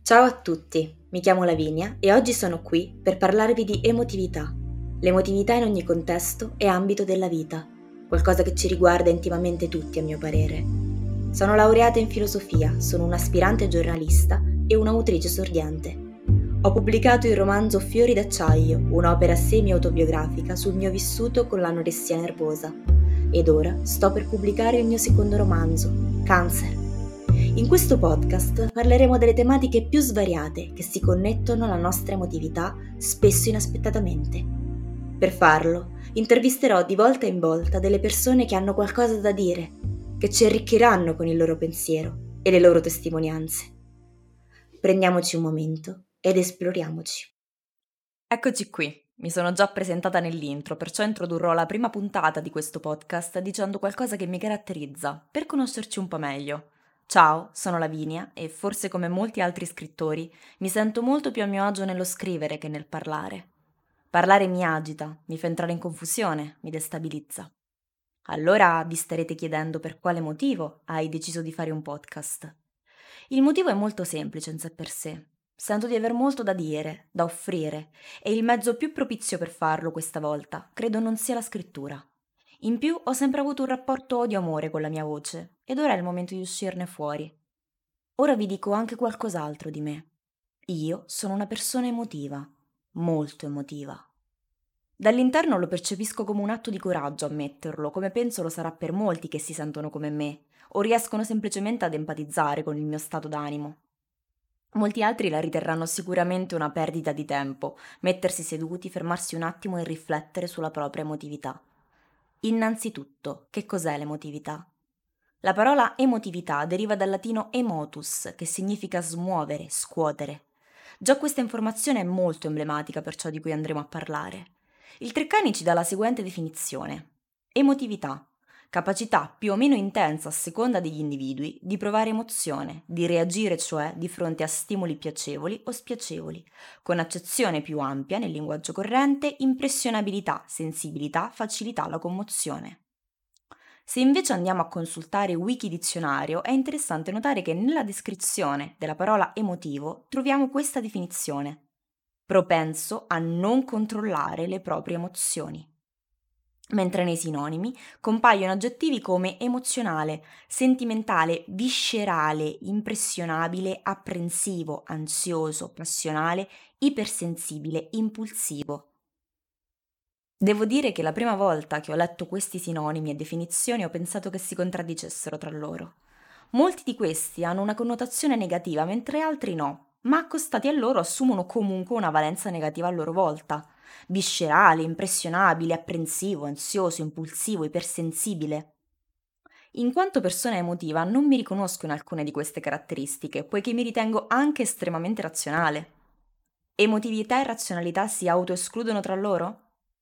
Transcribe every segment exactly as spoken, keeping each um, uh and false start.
Ciao a tutti, mi chiamo Lavinia e oggi sono qui per parlarvi di emotività. L'emotività in ogni contesto e ambito della vita, qualcosa che ci riguarda intimamente tutti a mio parere. Sono laureata in filosofia, sono un'aspirante giornalista e un'autrice sordiente. Ho pubblicato il romanzo Fiori d'acciaio, un'opera semi-autobiografica sul mio vissuto con l'anoressia nervosa. Ed ora sto per pubblicare il mio secondo romanzo, Cancer. In questo podcast parleremo delle tematiche più svariate che si connettono alla nostra emotività, spesso inaspettatamente. Per farlo, intervisterò di volta in volta delle persone che hanno qualcosa da dire, che ci arricchiranno con il loro pensiero e le loro testimonianze. Prendiamoci un momento ed esploriamoci. Eccoci qui. Mi sono già presentata nell'intro, perciò introdurrò la prima puntata di questo podcast dicendo qualcosa che mi caratterizza, per conoscerci un po' meglio. Ciao, sono Lavinia e forse come molti altri scrittori mi sento molto più a mio agio nello scrivere che nel parlare. Parlare mi agita, mi fa entrare in confusione, mi destabilizza. Allora vi starete chiedendo per quale motivo hai deciso di fare un podcast. Il motivo è molto semplice in sé per sé. Sento di aver molto da dire, da offrire, e il mezzo più propizio per farlo questa volta credo non sia la scrittura. In più ho sempre avuto un rapporto odio-amore con la mia voce, ed ora è il momento di uscirne fuori. Ora vi dico anche qualcos'altro di me. Io sono una persona emotiva, molto emotiva. Dall'interno lo percepisco come un atto di coraggio ammetterlo, come penso lo sarà per molti che si sentono come me, o riescono semplicemente ad empatizzare con il mio stato d'animo. Molti altri la riterranno sicuramente una perdita di tempo, mettersi seduti, fermarsi un attimo e riflettere sulla propria emotività. Innanzitutto, che cos'è l'emotività? La parola emotività deriva dal latino emotus, che significa smuovere, scuotere. Già questa informazione è molto emblematica per ciò di cui andremo a parlare. Il Treccani ci dà la seguente definizione. Emotività. Capacità più o meno intensa a seconda degli individui di provare emozione, di reagire cioè di fronte a stimoli piacevoli o spiacevoli, con accezione più ampia nel linguaggio corrente, impressionabilità, sensibilità, facilità alla commozione. Se invece andiamo a consultare Wikidizionario, è interessante notare che nella descrizione della parola emotivo troviamo questa definizione: propenso a non controllare le proprie emozioni. Mentre nei sinonimi compaiono aggettivi come emozionale, sentimentale, viscerale, impressionabile, apprensivo, ansioso, passionale, ipersensibile, impulsivo. Devo dire che la prima volta che ho letto questi sinonimi e definizioni ho pensato che si contraddicessero tra loro. Molti di questi hanno una connotazione negativa, mentre altri no, ma accostati a loro assumono comunque una valenza negativa a loro volta. Viscerale, impressionabile, apprensivo, ansioso, impulsivo, ipersensibile. In quanto persona emotiva non mi riconosco in alcune di queste caratteristiche, poiché mi ritengo anche estremamente razionale. Emotività e razionalità si autoescludono tra loro?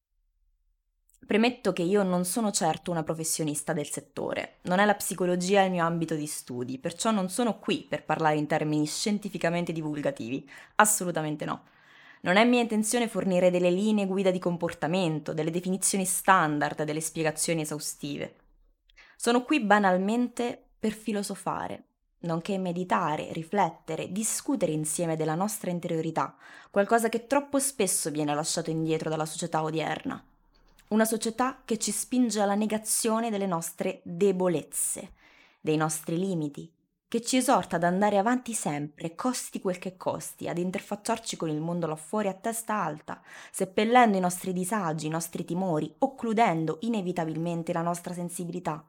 Premetto che io non sono certo una professionista del settore, non è la psicologia il mio ambito di studi, perciò non sono qui per parlare in termini scientificamente divulgativi, assolutamente no. Non è mia intenzione fornire delle linee guida di comportamento, delle definizioni standard, delle spiegazioni esaustive. Sono qui banalmente per filosofare, nonché meditare, riflettere, discutere insieme della nostra interiorità, qualcosa che troppo spesso viene lasciato indietro dalla società odierna. Una società che ci spinge alla negazione delle nostre debolezze, dei nostri limiti, che ci esorta ad andare avanti sempre, costi quel che costi, ad interfacciarci con il mondo là fuori a testa alta, seppellendo i nostri disagi, i nostri timori, occludendo inevitabilmente la nostra sensibilità.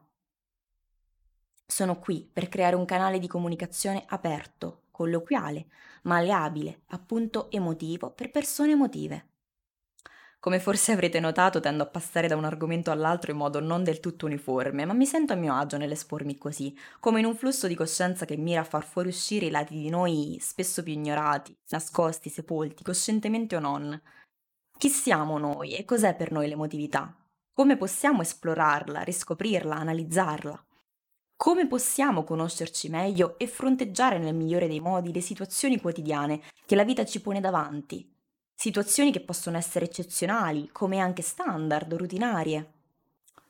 Sono qui per creare un canale di comunicazione aperto, colloquiale, malleabile, appunto emotivo per persone emotive. Come forse avrete notato, tendo a passare da un argomento all'altro in modo non del tutto uniforme, ma mi sento a mio agio nell'espormi così, come in un flusso di coscienza che mira a far fuoriuscire i lati di noi spesso più ignorati, nascosti, sepolti, coscientemente o non. Chi siamo noi e cos'è per noi l'emotività? Come possiamo esplorarla, riscoprirla, analizzarla? Come possiamo conoscerci meglio e fronteggiare nel migliore dei modi le situazioni quotidiane che la vita ci pone davanti? Situazioni che possono essere eccezionali, come anche standard, rutinarie.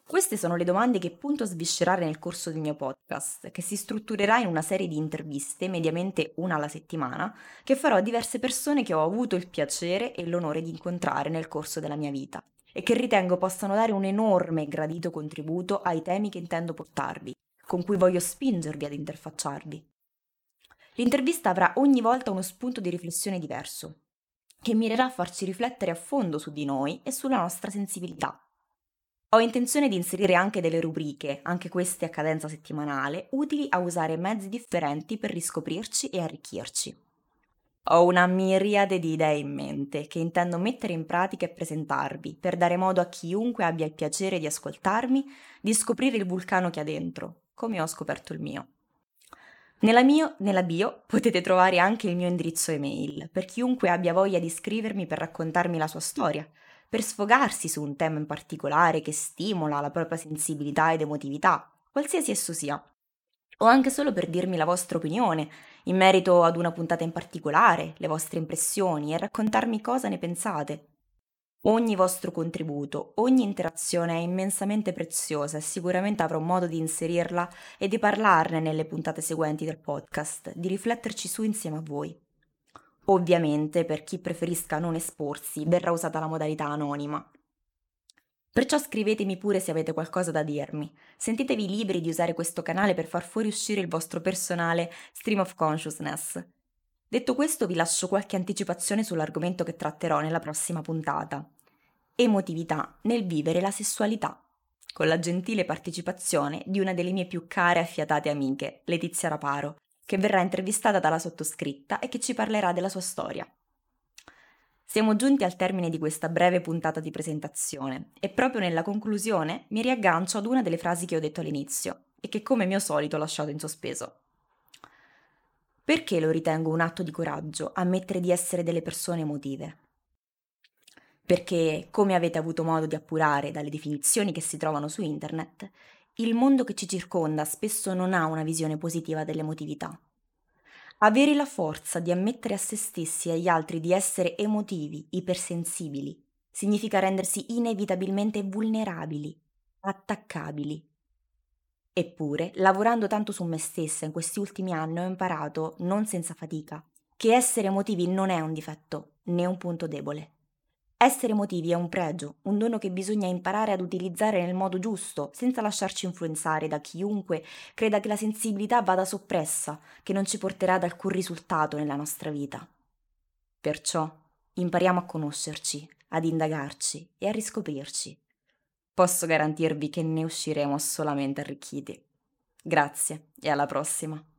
Queste sono le domande che punto a sviscerare nel corso del mio podcast, che si strutturerà in una serie di interviste, mediamente una alla settimana, che farò a diverse persone che ho avuto il piacere e l'onore di incontrare nel corso della mia vita e che ritengo possano dare un enorme e gradito contributo ai temi che intendo portarvi, con cui voglio spingervi ad interfacciarvi. L'intervista avrà ogni volta uno spunto di riflessione diverso, che mirerà a farci riflettere a fondo su di noi e sulla nostra sensibilità. Ho intenzione di inserire anche delle rubriche, anche queste a cadenza settimanale, utili a usare mezzi differenti per riscoprirci e arricchirci. Ho una miriade di idee in mente che intendo mettere in pratica e presentarvi per dare modo a chiunque abbia il piacere di ascoltarmi di scoprire il vulcano che ha dentro, come ho scoperto il mio. Nella, mio, nella bio potete trovare anche il mio indirizzo email per chiunque abbia voglia di scrivermi per raccontarmi la sua storia, per sfogarsi su un tema in particolare che stimola la propria sensibilità ed emotività, qualsiasi esso sia, o anche solo per dirmi la vostra opinione in merito ad una puntata in particolare, le vostre impressioni e raccontarmi cosa ne pensate. Ogni vostro contributo, ogni interazione è immensamente preziosa e sicuramente avrò modo di inserirla e di parlarne nelle puntate seguenti del podcast, di rifletterci su insieme a voi. Ovviamente, per chi preferisca non esporsi, verrà usata la modalità anonima. Perciò scrivetemi pure se avete qualcosa da dirmi. Sentitevi liberi di usare questo canale per far fuoriuscire il vostro personale stream of consciousness. Detto questo, vi lascio qualche anticipazione sull'argomento che tratterò nella prossima puntata. Emotività nel vivere la sessualità, con la gentile partecipazione di una delle mie più care e affiatate amiche, Letizia Raparo, che verrà intervistata dalla sottoscritta e che ci parlerà della sua storia. Siamo giunti al termine di questa breve puntata di presentazione e proprio nella conclusione mi riaggancio ad una delle frasi che ho detto all'inizio e che come mio solito ho lasciato in sospeso. Perché lo ritengo un atto di coraggio ammettere di essere delle persone emotive? Perché, come avete avuto modo di appurare dalle definizioni che si trovano su internet, il mondo che ci circonda spesso non ha una visione positiva dell'emotività. Avere la forza di ammettere a se stessi e agli altri di essere emotivi, ipersensibili, significa rendersi inevitabilmente vulnerabili, attaccabili. Eppure, lavorando tanto su me stessa in questi ultimi anni ho imparato, non senza fatica, che essere emotivi non è un difetto né un punto debole. Essere emotivi è un pregio, un dono che bisogna imparare ad utilizzare nel modo giusto, senza lasciarci influenzare da chiunque creda che la sensibilità vada soppressa, che non ci porterà ad alcun risultato nella nostra vita. Perciò impariamo a conoscerci, ad indagarci e a riscoprirci. Posso garantirvi che ne usciremo solamente arricchiti. Grazie e alla prossima.